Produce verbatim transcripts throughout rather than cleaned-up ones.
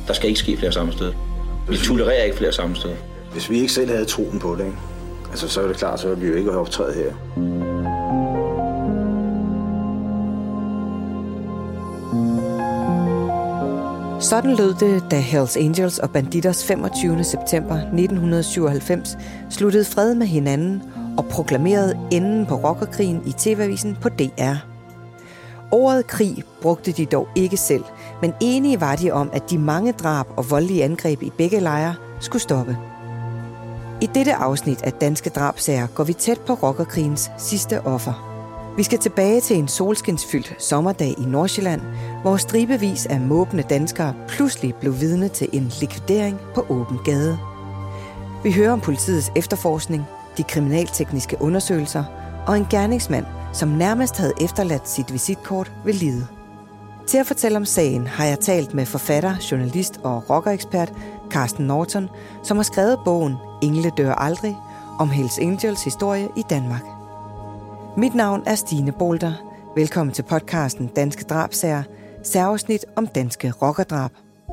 Der skal ikke ske flere sammenstød. Vi tolererer ikke flere sammenstød. Hvis vi ikke selv havde troen på det, ikke? Altså, så er det klart, så ville vi jo ikke have optrædet her. Sådan lød det, da Hells Angels og Bandidos femogtyvende september nitten syvoghalvfems sluttede fred med hinanden og proklamerede enden på rockerkrigen i T V-avisen på D R. Ordet krig brugte de dog ikke selv, men enige var de om, at de mange drab og voldelige angreb i begge lejre skulle stoppe. I dette afsnit af Danske Drabsager går vi tæt på rockerkrigens sidste offer. Vi skal tilbage til en solskinsfyldt sommerdag i Nordsjælland, hvor stribevis af måbende danskere pludselig blev vidne til en likvidering på åben gade. Vi hører om politiets efterforskning, de kriminaltekniske undersøgelser og en gerningsmand, som nærmest havde efterladt sit visitkort ved livet. Til at fortælle om sagen har jeg talt med forfatter, journalist og rockerekspert Carsten Norton, som har skrevet bogen Engle dør aldrig om Hells Angels historie i Danmark. Mit navn er Stine Bolter. Velkommen til podcasten Danske Drabsager, særafsnit om danske rockerdrab.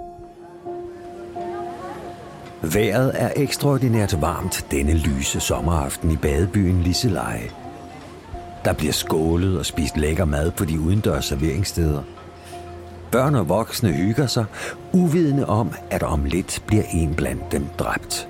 Vejret er ekstraordinært varmt denne lyse sommeraften i badebyen Liseleje. Der bliver skålet og spist lækker mad på de udendørs serveringssteder. Børn og voksne hygger sig, uvidende om, at om lidt bliver en blandt dem dræbt.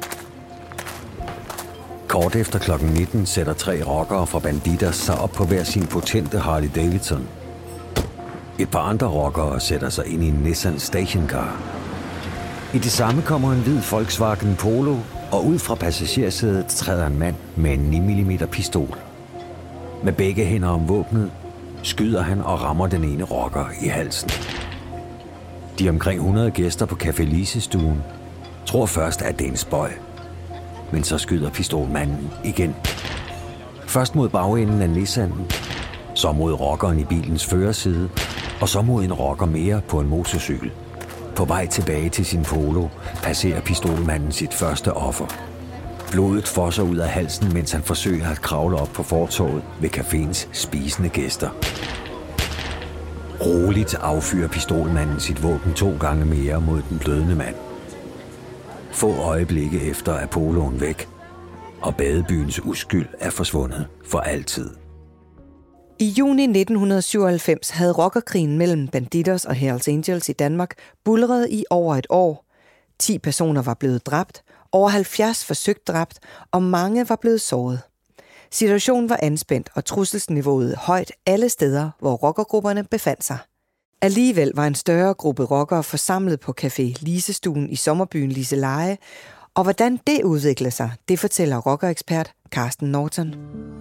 Kort efter klokken nitten sætter tre rockere fra Bandidos sig op på hver sin potente Harley Davidson. Et par andre rockere sætter sig ind i en Nissan Stationcar. I det samme kommer en hvid Volkswagen Polo, og ud fra passagersædet træder en mand med en ni millimeter pistol. Med begge hænder om våbnet skyder han og rammer den ene rocker i halsen. De omkring hundrede gæster på Café Lise-stuen tror først, at det er en spøg. Men så skyder pistolmanden igen. Først mod bagenden af Nissanen, så mod rockeren i bilens førerside, og så mod en rocker mere på en motorcykel. På vej tilbage til sin Polo passerer pistolmanden sit første offer. Blodet fosser ud af halsen, mens han forsøger at kravle op på fortovet ved caféens spisende gæster. Roligt affyrer pistolmanden sit våben to gange mere mod den blødende mand. Få øjeblikke efter er Poloen væk, og badebyens uskyld er forsvundet for altid. I juni nitten syvoghalvfems havde rockerkrigen mellem Bandidos og Hells Angels i Danmark buldret i over et år. ti personer var blevet dræbt, over halvfjerds forsøgt dræbt, og mange var blevet såret. Situationen var anspændt, og trusselsniveauet højt alle steder, hvor rockergrupperne befandt sig. Alligevel var en større gruppe rockere forsamlet på Café Lise-stuen i sommerbyen Liseleje, og hvordan det udviklede sig, det fortæller rockerekspert Carsten Norton.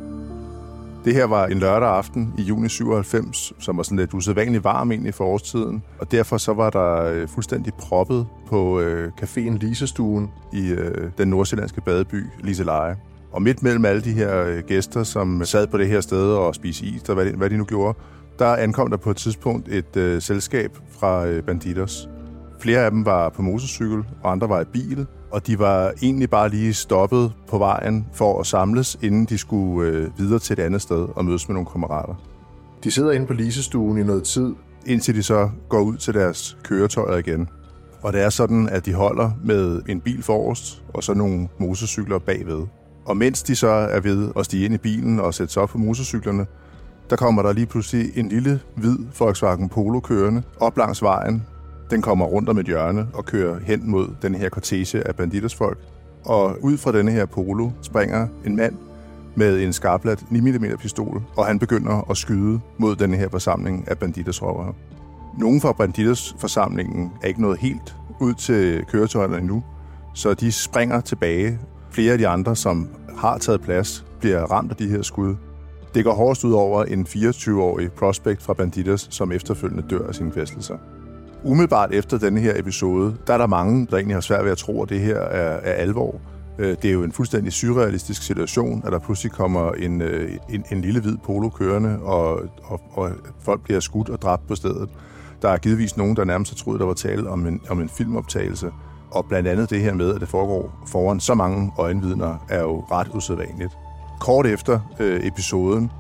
Det her var en lørdag aften i juni syvoghalvfems, som var sådan lidt usædvanligt varm egentlig for årstiden, og derfor så var der fuldstændig proppet på øh, caféen Lise-stuen i øh, den nordsjællandske badeby Liseleje. Og midt mellem alle de her øh, gæster, som sad på det her sted og spiste is, og hvad de, hvad de nu gjorde, der ankom der på et tidspunkt et øh, selskab fra øh, Bandidos. Flere af dem var på motorcykel, og andre var i bil, og de var egentlig bare lige stoppet på vejen for at samles, inden de skulle øh, videre til et andet sted og mødes med nogle kammerater. De sidder inde på Lise-stuen i noget tid, indtil de så går ud til deres køretøjer igen. Og det er sådan, at de holder med en bil forrest, og så nogle motorcykler bagved. Og mens de så er ved at stige ind i bilen og sætte sig op på motorcyklerne, der kommer der lige pludselig en lille, hvid Volkswagen Polo kørende op langs vejen. Den kommer rundt om et hjørne og kører hen mod den her kortege af Bandidos-folk. Og ud fra denne her Polo springer en mand med en skarpladt ni millimeter pistol, og han begynder at skyde mod denne her forsamling af Bandidos-rockere. Nogle fra Bandidos-forsamlingen er ikke nået helt ud til køretøjerne endnu, så de springer tilbage. Flere af de andre, som har taget plads, bliver ramt af de her skud. Det går hårdest ud over en fireogtyve-årig prospect fra Bandidos, som efterfølgende dør af sine kvæstelser. Umiddelbart efter denne her episode, der er der mange, der egentlig har svært ved at tro, at det her er, er alvor. Det er jo en fuldstændig surrealistisk situation, at der pludselig kommer en, en, en lille hvid Polo kørende, og, og, og folk bliver skudt og dræbt på stedet. Der er givetvis nogen, der nærmest har troet, der var tale om en, om en filmoptagelse. Og blandt andet det her med, at det foregår foran så mange øjenvidner, er jo ret usædvanligt. Kort efter øh, episoden,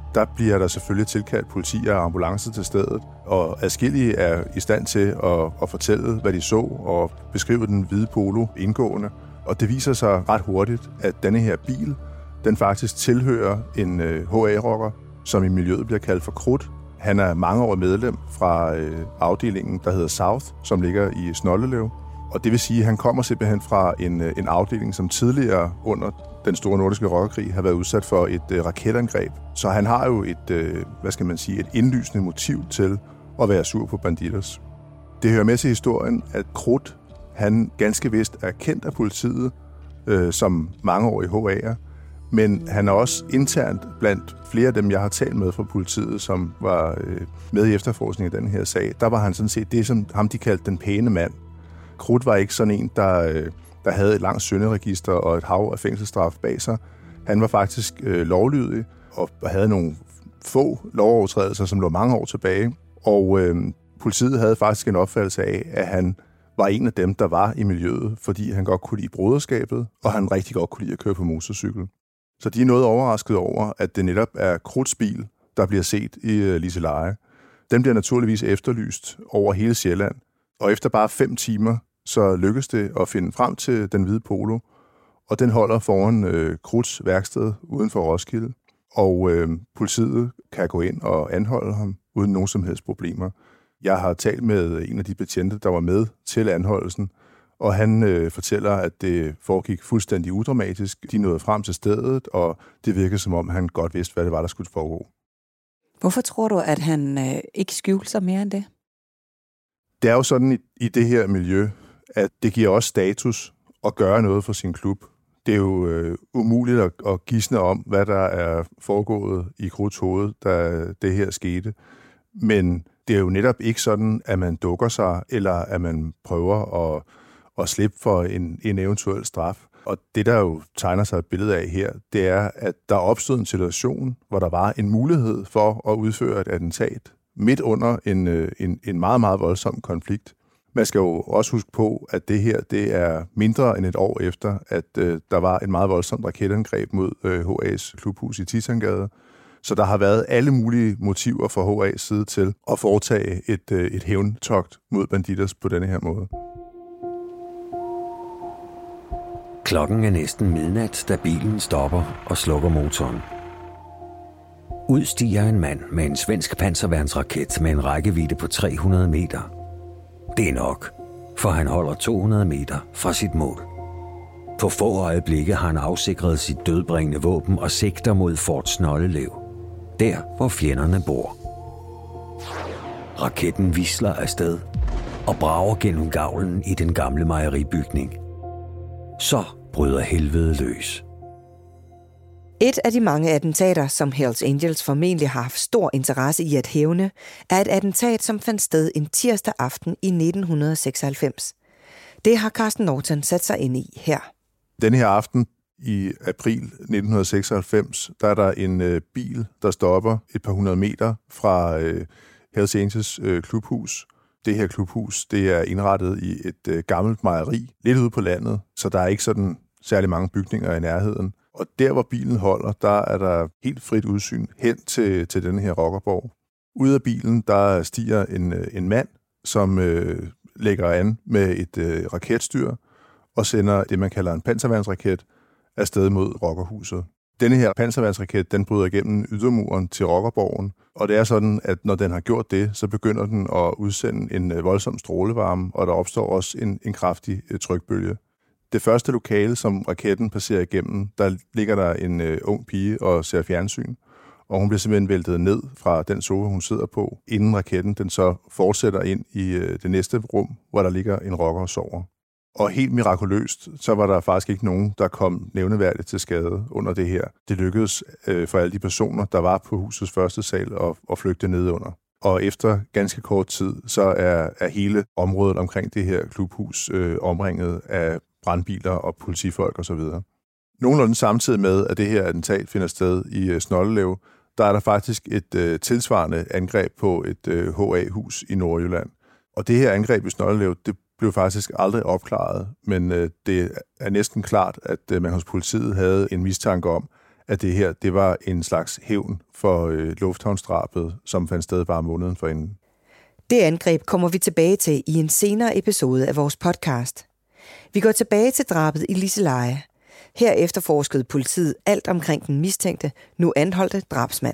der bliver der selvfølgelig tilkaldt politi og ambulance til stedet, og adskillige er i stand til at, at fortælle, hvad de så, og beskrive den hvide Polo indgående. Og det viser sig ret hurtigt, at denne her bil, den faktisk tilhører en H A-rocker, som i miljøet bliver kaldt for Krudt. Han er mangeårig medlem fra øh, afdelingen, der hedder South, som ligger i Snoldelev. Og det vil sige, at han kommer simpelthen fra en, en afdeling, som tidligere under den store nordiske rockerkrig har været udsat for et øh, raketangreb. Så han har jo et, øh, hvad skal man sige, et indlysende motiv til at være sur på Bandidos. Det hører med til historien, at Krudt, han ganske vist er kendt af politiet øh, som mangeårig H A'er, men han er også internt blandt flere af dem, jeg har talt med fra politiet, som var øh, med i efterforskningen af den her sag. Der var han sådan set det, som ham de kaldte den pæne mand. Krudt var ikke sådan en, der, øh, der havde et langt synderegister og et hav af fængselsstraf bag sig. Han var faktisk øh, lovlydig og havde nogle få lovovertrædelser, som lå mange år tilbage. Og øh, politiet havde faktisk en opfattelse af, at han var en af dem, der var i miljøet, fordi han godt kunne lide broderskabet, og han rigtig godt kunne lide at køre på motorcykel. Så de er noget overrasket over, at det netop er Krudts bil, der bliver set i uh, Liseleje. Den bliver naturligvis efterlyst over hele Sjælland, og efter bare fem timer, så lykkes det at finde frem til den hvide Polo, og den holder foran uh, Krudts værksted uden for Roskilde, og uh, politiet kan gå ind og anholde ham uden nogen som helst problemer. Jeg har talt med en af de betjente, der var med til anholdelsen, og han øh, fortæller, at det foregik fuldstændig udramatisk. De nåede frem til stedet, og det virkede som om, han godt vidste, hvad det var, der skulle foregå. Hvorfor tror du, at han øh, ikke skjulte sig mere end det? Det er jo sådan i, i det her miljø, at det giver også status at gøre noget for sin klub. Det er jo øh, umuligt at, at gisne om, hvad der er foregået i Krudts hoved, da det her skete. Men det er jo netop ikke sådan, at man dukker sig, eller at man prøver at, at slippe for en, en eventuel straf. Og det, der jo tegner sig et billede af her, det er, at der opstod en situation, hvor der var en mulighed for at udføre et attentat midt under en, en, en meget, meget voldsom konflikt. Man skal jo også huske på, at det her det er mindre end et år efter, at øh, der var en meget voldsomt raketangreb mod øh, H A's klubhus i Titangade. Så der har været alle mulige motiver fra H A's side til at foretage et, øh, et hævntogt mod Bandidos på denne her måde. Klokken er næsten midnat, da bilen stopper og slukker motoren. Udstiger en mand med en svensk panserværnsraket med en rækkevidde på tre hundrede meter. Det er nok, for han holder to hundrede meter fra sit mål. På få øjeblikke har han afsikret sit dødbringende våben og sigter mod Fort Snoldelev, der hvor fjenderne bor. Raketten visler afsted og brager gennem gavlen i den gamle mejeribygning. Så bryder helvede løs. Et af de mange attentater, som Hells Angels formentlig har haft stor interesse i at hævne, er et attentat, som fandt sted en tirsdag aften i nitten seksoghalvfems. Det har Carsten Norton sat sig ind i her. Denne her aften i april nitten seksoghalvfems, der er der en øh, bil, der stopper et par hundrede meter fra øh, Hells Angels øh, klubhus. Det her klubhus, det er indrettet i et øh, gammelt mejeri, lidt ude på landet, så der er ikke sådan særlig mange bygninger i nærheden. Og der, hvor bilen holder, der er der helt frit udsyn hen til, til denne her rockerborg. Ude af bilen, der stiger en, en mand, som øh, lægger an med et øh, raketstyr og sender det, man kalder en panserværnsraket afsted mod rockerhuset. Denne her panserværnsraket, den bryder igennem ydermuren til rockerborgen, og det er sådan, at når den har gjort det, så begynder den at udsende en øh, voldsom strålevarme, og der opstår også en, en kraftig øh, trykbølge. Det første lokale, som raketten passerer igennem, der ligger der en øh, ung pige og ser fjernsyn, og hun bliver simpelthen væltet ned fra den sofa, hun sidder på, inden raketten den så fortsætter ind i øh, det næste rum, hvor der ligger en rocker og sover. Og helt mirakuløst, så var der faktisk ikke nogen, der kom nævneværdigt til skade under det her. Det lykkedes øh, for alle de personer, der var på husets første sal, at, at flygte ned under. Og efter ganske kort tid, så er, er hele området omkring det her klubhus øh, omringet af brandbiler og politifolk osv. Nogenlunde samtidig med, at det her attentat finder sted i uh, Snoldelev, der er der faktisk et uh, tilsvarende angreb på et uh, H A-hus i Nordjylland. Og det her angreb i Snoldelev, det blev faktisk aldrig opklaret, men uh, det er næsten klart, at uh, man hos politiet havde en mistanke om, at det her det var en slags hævn for øh, lufthavnsdrabet, som fandt sted bare måneden forinden. Det angreb kommer vi tilbage til i en senere episode af vores podcast. Vi går tilbage til drabet i Liseleje. Her efterforskede politiet alt omkring den mistænkte, nu anholdte drabsmand.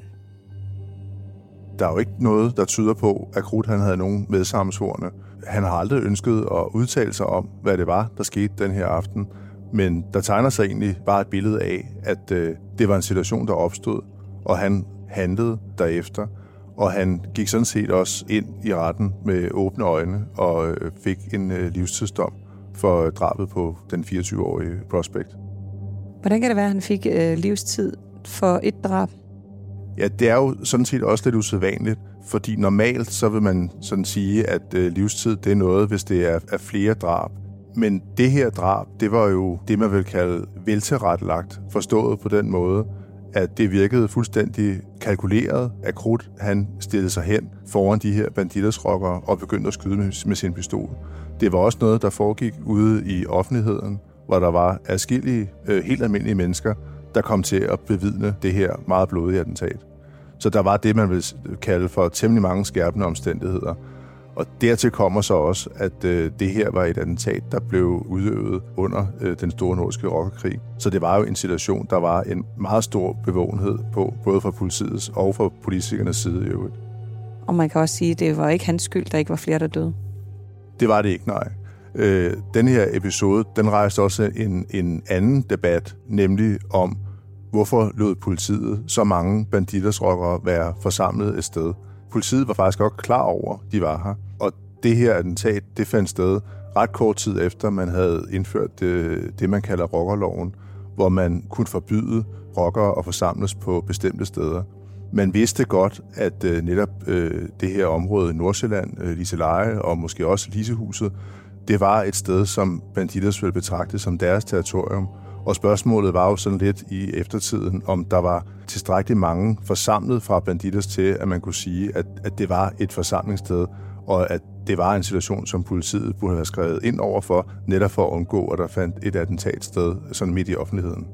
Der er jo ikke noget, der tyder på, at Krudt han havde nogen medsammensvorne. Han har aldrig ønsket at udtale sig om, hvad det var, der skete den her aften. Men der tegner sig egentlig bare et billede af, at øh, det var en situation, der opstod, og han handlede derefter. Og han gik sådan set også ind i retten med åbne øjne og øh, fik en øh, livstidsdom for drabet på den fireogtyve-årige Prospect. Hvordan kan det være, at han fik øh, livstid for et drab? Ja, det er jo sådan set også lidt usædvanligt, fordi normalt så vil man sådan sige, at øh, livstid det er noget, hvis det er, er flere drab. Men det her drab, det var jo det, man vil kalde veltilrettelagt, forstået på den måde, at det virkede fuldstændig kalkuleret, at Krudt han stillede sig hen foran de her banditersrockere og begyndte at skyde med, med sin pistol. Det var også noget, der foregik ude i offentligheden, hvor der var adskillige øh, helt almindelige mennesker, der kom til at bevidne det her meget blodige attentat. Så der var det, man vil kalde for temmelig mange skærpende omstændigheder. Og dertil kommer så også, at øh, det her var et attentat, der blev udøvet under øh, den store nordiske rockerkrig. Så det var jo en situation, der var en meget stor bevågenhed på, både fra politiets og fra politikernes side i øvrigt. Og man kan også sige, at det var ikke hans skyld, der ikke var flere, der døde. Det var det ikke, nej. Øh, den her episode, den rejste også en, en anden debat, nemlig om, hvorfor lod politiet så mange banditersrockere være forsamlet et sted. Politiet var faktisk også klar over, de var her. Og det her attentat, det fandt sted ret kort tid efter, man havde indført det, det man kalder rockerloven, hvor man kunne forbyde rockere at forsamles på bestemte steder. Man vidste godt, at øh, netop øh, det her område i Nordsjælland, øh, Liseleje og måske også Lisehuset, det var et sted, som banditers ville betragte som deres territorium. Og spørgsmålet var jo sådan lidt i eftertiden, om der var tilstrækkeligt mange forsamlet fra banditers til, at man kunne sige, at, at det var et forsamlingssted, og at det var en situation, som politiet burde have skrevet ind overfor, netop for at undgå, at der fandt et attentatsted sådan midt i offentligheden.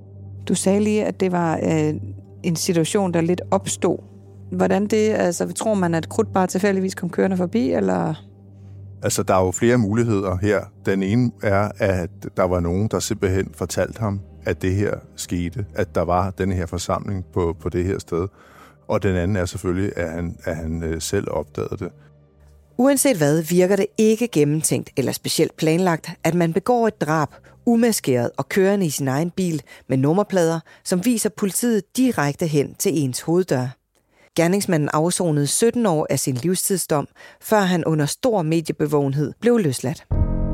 Du sagde lige, at det var øh, en situation, der lidt opstod. Hvordan det, altså tror man, at Krudt bare tilfældigvis kom kørende forbi, eller... Altså, der er jo flere muligheder her. Den ene er, at der var nogen, der simpelthen fortalte ham, at det her skete, at der var den her forsamling på, på det her sted. Og den anden er selvfølgelig, at han, at han selv opdagede det. Uanset hvad, virker det ikke gennemtænkt eller specielt planlagt, at man begår et drab, umaskeret og kørende i sin egen bil med nummerplader, som viser politiet direkte hen til ens hoveddør. Gerningsmanden afsonede sytten år af sin livstidsdom, før han under stor mediebevågenhed blev løsladt.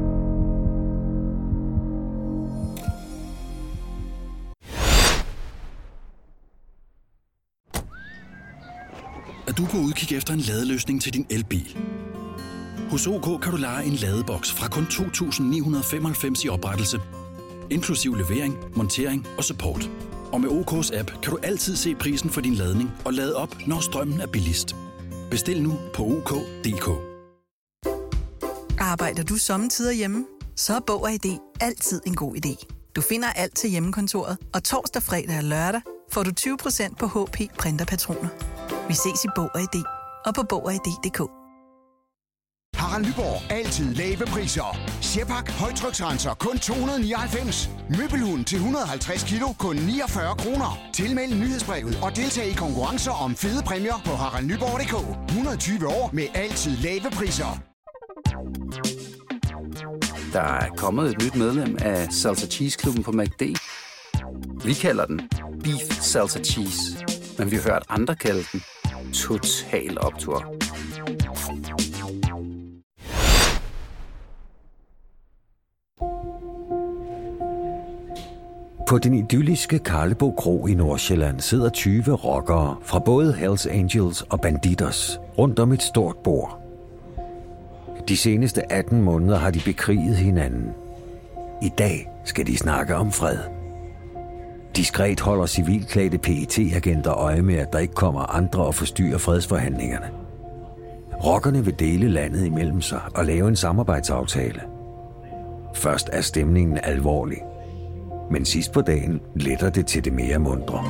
Er du på udkig efter en ladeløsning til din elbil? Hos O K kan du leje en ladeboks fra kun to tusind ni hundrede femoghalvfems i oprettelse, inklusiv levering, montering og support. Og med O K's app kan du altid se prisen for din ladning og lade op, når strømmen er billigst. Bestil nu på O K punktum D K. Arbejder du sommetider hjemme? Så er Bog og I D altid en god idé. Du finder alt til hjemmekontoret, og torsdag, fredag og lørdag får du tyve procent på H P printerpatroner. Vi ses i Bog og I D og på Bog og I D punktum D K. Harald Nyborg. Altid lave priser. Sjehpak højtryksrenser kun to hundrede nioghalvfems. Møbelhund til et hundrede og halvtreds kilo kun niogfyrre kroner. Tilmeld nyhedsbrevet og deltag i konkurrencer om fede præmier på harald nyborg punktum d k. et hundrede og tyve år med altid lave priser. Der er kommet et nyt medlem af Salsa Cheese Klubben på McD. Vi kalder den Beef Salsa Cheese, men vi har hørt andre kalde den Total Optur. På den idylliske Karlebo Kro i Nordsjælland sidder tyve rockere fra både Hells Angels og Bandidos rundt om et stort bord. De seneste atten måneder har de bekriget hinanden. I dag skal de snakke om fred. Diskret holder civilklædte P E T-agenter øje med, at der ikke kommer andre og forstyrrer fredsforhandlingerne. Rockerne vil dele landet imellem sig og lave en samarbejdsaftale. Først er stemningen alvorlig. Men sidst på dagen letter det til det mere mundre.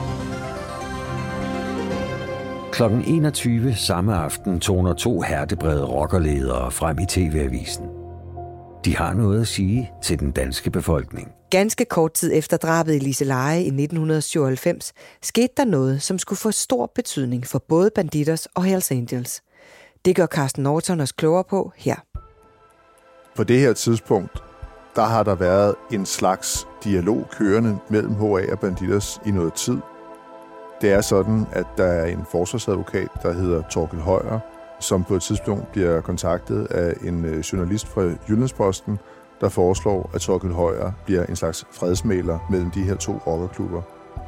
klokken enogtyve samme aften toner to hærdebrede rockerledere frem i T V-avisen. De har noget at sige til den danske befolkning. Ganske kort tid efter drabet i Liseleje i nitten syvoghalvfems skete der noget, som skulle få stor betydning for både Bandidos og Hells Angels. Det gør Carsten Norton os klogere på her. På det her tidspunkt, der har der været en slags dialog kørende mellem H A og Bandidos i noget tid. Det er sådan, at der er en forsvarsadvokat, der hedder Torkild Højer, som på et tidspunkt bliver kontaktet af en journalist fra Jyllandsposten, der foreslår, at Torkild Højer bliver en slags fredsmægler mellem de her to rockerklubber.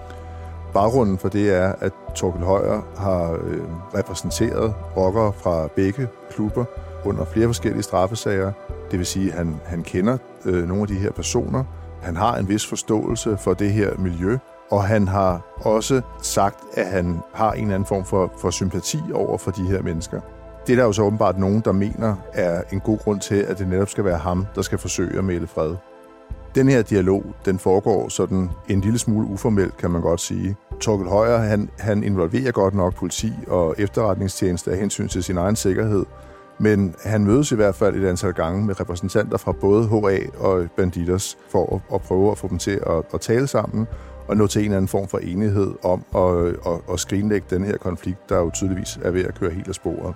Baggrunden for det er, at Torkild Højer har øh, repræsenteret rockere fra begge klubber under flere forskellige straffesager. Det vil sige, at han, han kender øh, nogle af de her personer. Han har en vis forståelse for det her miljø, og han har også sagt, at han har en eller anden form for, for sympati over for de her mennesker. Det er der jo så åbenbart nogen, der mener er en god grund til, at det netop skal være ham, der skal forsøge at mæle fred. Den her dialog, den foregår sådan en lille smule uformelt, kan man godt sige. Torkild Højer, han, han involverer godt nok politi og efterretningstjeneste af hensyn til sin egen sikkerhed, men han mødes i hvert fald et antal gange med repræsentanter fra både H A og Bandidos for at, at prøve at få dem til at, at tale sammen og nå til en eller anden form for enighed om at, at, at skrinlægge den her konflikt, der jo tydeligvis er ved at køre helt af sporet.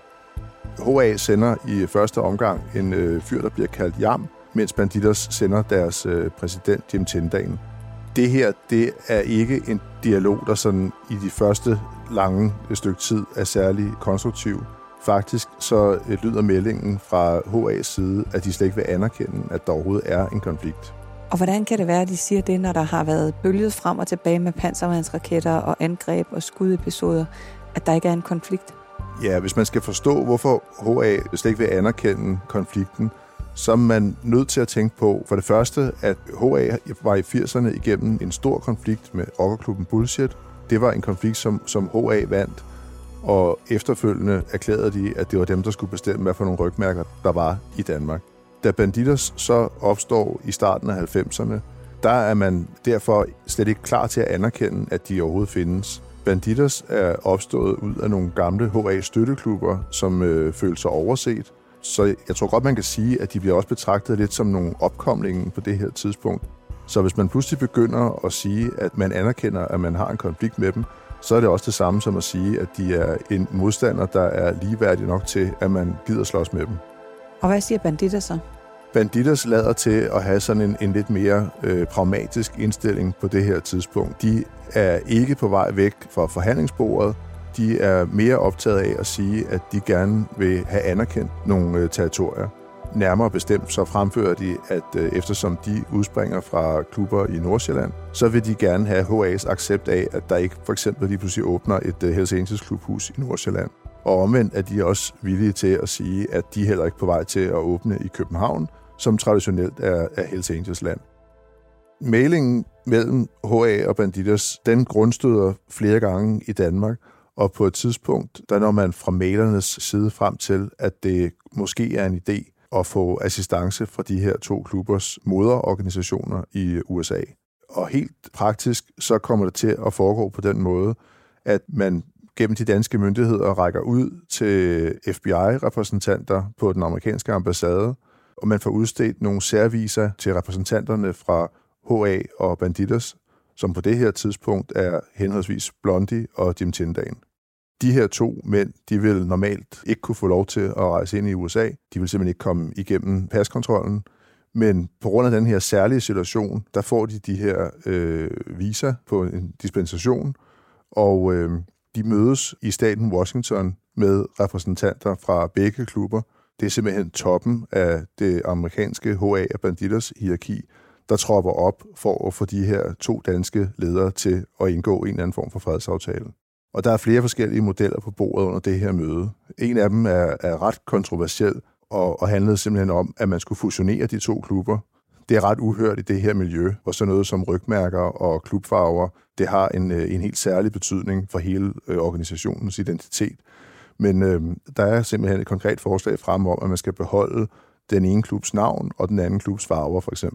H A sender i første omgang en øh, fyr, der bliver kaldt Jam, mens Bandidos sender deres øh, præsident Jim Tindagen. Det her, det er ikke en dialog, der sådan i de første lange stykke tid er særlig konstruktiv. Faktisk så øh, lyder meldingen fra H A's side, at de slet ikke vil anerkende, at der overhovedet er en konflikt. Og hvordan kan det være, at de siger det, når der har været bølget frem og tilbage med panservandsraketter og angreb og skudepisoder, at der ikke er en konflikt? Ja, hvis man skal forstå, hvorfor H A slet ikke vil anerkende konflikten, så er man nødt til at tænke på, for det første, at H A var i firserne igennem en stor konflikt med rockerklubben Bullshit. Det var en konflikt, som, som H A vandt, og efterfølgende erklærede de, at det var dem, der skulle bestemme, hvad for nogle rygmærker der var i Danmark. Da Bandidos så opstår i starten af halvfemserne, der er man derfor slet ikke klar til at anerkende, at de overhovedet findes. Bandidos er opstået ud af nogle gamle H A-støtteklubber, som øh, følte sig overset. Så jeg tror godt, man kan sige, at de bliver også betragtet lidt som nogle opkomlinger på det her tidspunkt. Så hvis man pludselig begynder at sige, at man anerkender, at man har en konflikt med dem, så er det også det samme som at sige, at de er en modstander, der er ligeværdig nok til, at man gider slås med dem. Og hvad siger Bandidos så? Bandidos lader til at have sådan en, en lidt mere øh, pragmatisk indstilling på det her tidspunkt. De er ikke på vej væk fra forhandlingsbordet. De er mere optaget af at sige, at de gerne vil have anerkendt nogle øh, territorier. Nærmere bestemt så fremfører de, at øh, eftersom de udspringer fra klubber i Nordsjælland, så vil de gerne have H A's accept af, at der ikke for eksempel lige pludselig åbner et øh, Hells Angels klubhus i Nordsjælland. Og omvendt er de også villige til at sige, at de heller ikke på vej til at åbne i København, som traditionelt er, er Hells Angels land. Mailingen mellem H A og Bandidos, den grundstøder flere gange i Danmark, og på et tidspunkt, der når man fra mailernes side frem til, at det måske er en idé at få assistance fra de her to klubbers moderorganisationer i U S A. Og helt praktisk, så kommer det til at foregå på den måde, at man gennem de danske myndigheder rækker ud til F B I-repræsentanter på den amerikanske ambassade, og man får udstedt nogle særviser til repræsentanterne fra H A og Bandidos, som på det her tidspunkt er henholdsvis Blondie og Jim Tindagen. De her to mænd, de vil normalt ikke kunne få lov til at rejse ind i U S A. De vil simpelthen ikke komme igennem paskontrollen. Men på grund af den her særlige situation, der får de de her øh, visa på en dispensation, og øh, de mødes i staten Washington med repræsentanter fra begge klubber. Det er simpelthen toppen af det amerikanske H A og Bandidos hierarki, der tropper op for at få de her to danske ledere til at indgå en eller anden form for fredsaftale. Og der er flere forskellige modeller på bordet under det her møde. En af dem er, er ret kontroversiel og, og handlede simpelthen om, at man skulle fusionere de to klubber. Det er ret uhørt i det her miljø, hvor sådan noget som rygmærker og klubfarver, det har en, en helt særlig betydning for hele øh, organisationens identitet. Men øh, der er simpelthen et konkret forslag frem om, at man skal beholde den ene klubs navn og den anden klubs farver, for eksempel.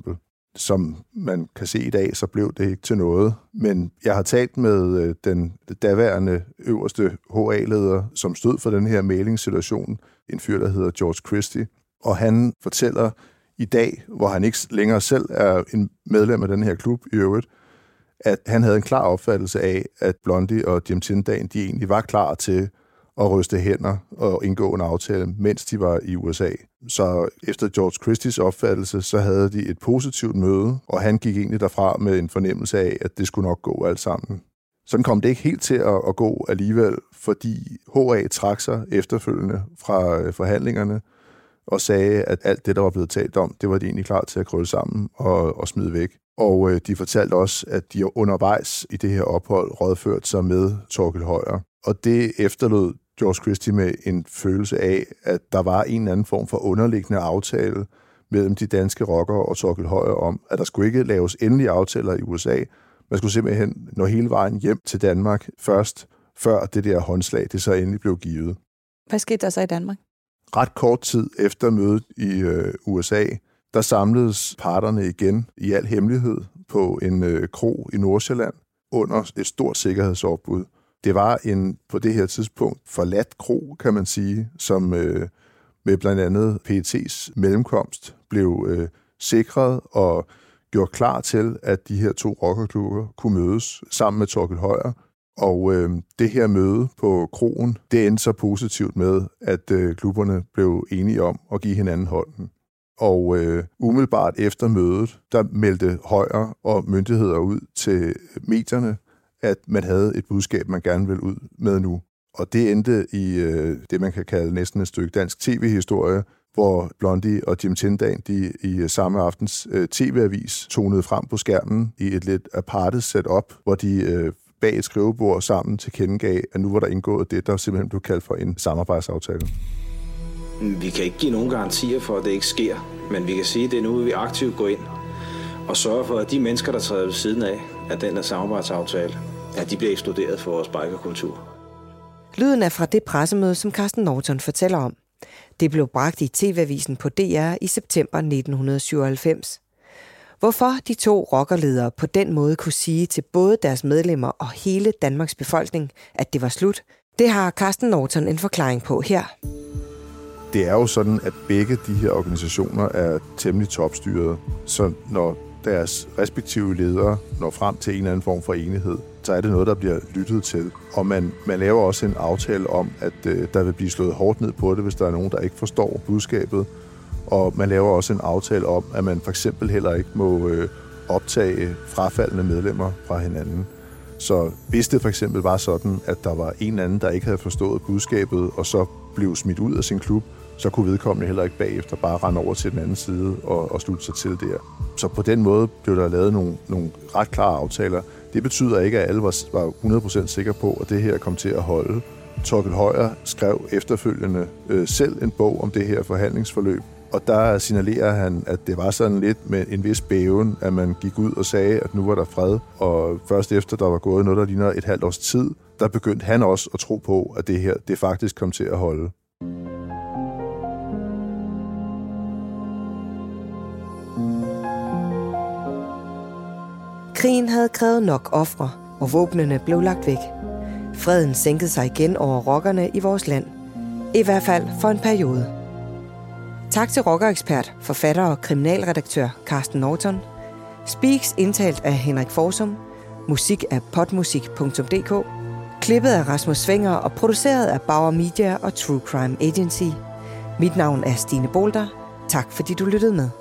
Som man kan se i dag, så blev det ikke til noget. Men jeg har talt med den daværende øverste H A-leder, som stod for den her mailingssituation, en fyr, der hedder George Christie. Og han fortæller i dag, hvor han ikke længere selv er en medlem af den her klub i øvrigt, at han havde en klar opfattelse af, at Blondie og Jim Tindan, de egentlig var klar til at ryste hænder og indgå en aftale, mens de var i U S A. Så efter George Christies opfattelse, så havde de et positivt møde, og han gik egentlig derfra med en fornemmelse af, at det skulle nok gå alt sammen. Sådan kom det ikke helt til at, at gå alligevel, fordi H A trak sig efterfølgende fra forhandlingerne og sagde, at alt det, der var blevet talt om, det var de egentlig klar til at krølle sammen og, og smide væk. Og øh, de fortalte også, at de undervejs i det her ophold rådførte sig med Thorkild Højer. Og det efterlod George Christie med en følelse af, at der var en eller anden form for underliggende aftale mellem de danske rockere og Thorkild Højer om, at der skulle ikke laves endelige aftaler i U S A. Man skulle simpelthen nå hele vejen hjem til Danmark først, før det der håndslag, det så endelig blev givet. Hvad skete der så i Danmark? Ret kort tid efter mødet i øh, U S A, der samledes parterne igen i al hemmelighed på en øh, kro i Nordsjælland under et stort sikkerhedsopbud. Det var en, på det her tidspunkt, forladt kro, kan man sige, som øh, med blandt andet P E T's mellemkomst blev øh, sikret og gjort klar til, at de her to rockerklubber kunne mødes sammen med Thorkild Højer. Og øh, det her møde på kroen, det endte så positivt med, at øh, klubberne blev enige om at give hinanden hånden. Og øh, umiddelbart efter mødet, der meldte Højer og myndigheder ud til medierne, at man havde et budskab, man gerne ville ud med nu. Og det endte i øh, det, man kan kalde næsten et stykke dansk tv-historie, hvor Blondie og Jim Tindan, de i samme aftens øh, tv-avis tonede frem på skærmen i et lidt aparte setup, hvor de øh, bag et skrivebord sammen tilkendegav, at nu var der indgået det, der simpelthen blev kaldt for en samarbejdsaftale. Vi kan ikke give nogen garantier for, at det ikke sker, men vi kan sige, at det er nu, vi aktivt går ind og sørger for, at de mennesker, der træder ved siden af, af den her samarbejdsaftale, at de bliver ekskluderet for vores bikerkultur. Lyden er fra det pressemøde, som Carsten Norton fortæller om. Det blev bragt i tv-avisen på D R i september nitten syvoghalvfems. Hvorfor de to rockerledere på den måde kunne sige til både deres medlemmer og hele Danmarks befolkning, at det var slut, det har Carsten Norton en forklaring på her. Det er jo sådan, at begge de her organisationer er temmelig topstyrede, så når deres respektive ledere når frem til en eller anden form for enighed, så er det noget, der bliver lyttet til. Og man, man laver også en aftale om, at øh, der vil blive slået hårdt ned på det, hvis der er nogen, der ikke forstår budskabet. Og man laver også en aftale om, at man for eksempel heller ikke må øh, optage frafaldende medlemmer fra hinanden. Så hvis det for eksempel var sådan, at der var en eller anden, der ikke havde forstået budskabet, og så blev smidt ud af sin klub, så kunne vedkommende heller ikke bagefter bare rende over til den anden side og, og slutte sig til der. Så på den måde blev der lavet nogle, nogle ret klare aftaler. Det betyder ikke, at alle var, var hundrede procent sikre på, at det her kom til at holde. Thorkild Højer skrev efterfølgende øh, selv en bog om det her forhandlingsforløb, og der signalerer han, at det var sådan lidt med en vis bæven, at man gik ud og sagde, at nu var der fred. Og først efter der var gået noget, der ligner et halvt års tid, der begyndte han også at tro på, at det her det faktisk kom til at holde. Krigen havde krævet nok ofre, og våbnene blev lagt væk. Freden sænkede sig igen over rockerne i vores land. I hvert fald for en periode. Tak til rockerekspert, forfatter og kriminalredaktør Carsten Norton. Speaks indtalt af Henrik Forsum. Musik af podmusik punktum d k. Klippet af Rasmus Svinger og produceret af Bauer Media og True Crime Agency. Mit navn er Stine Bolter. Tak fordi du lyttede med.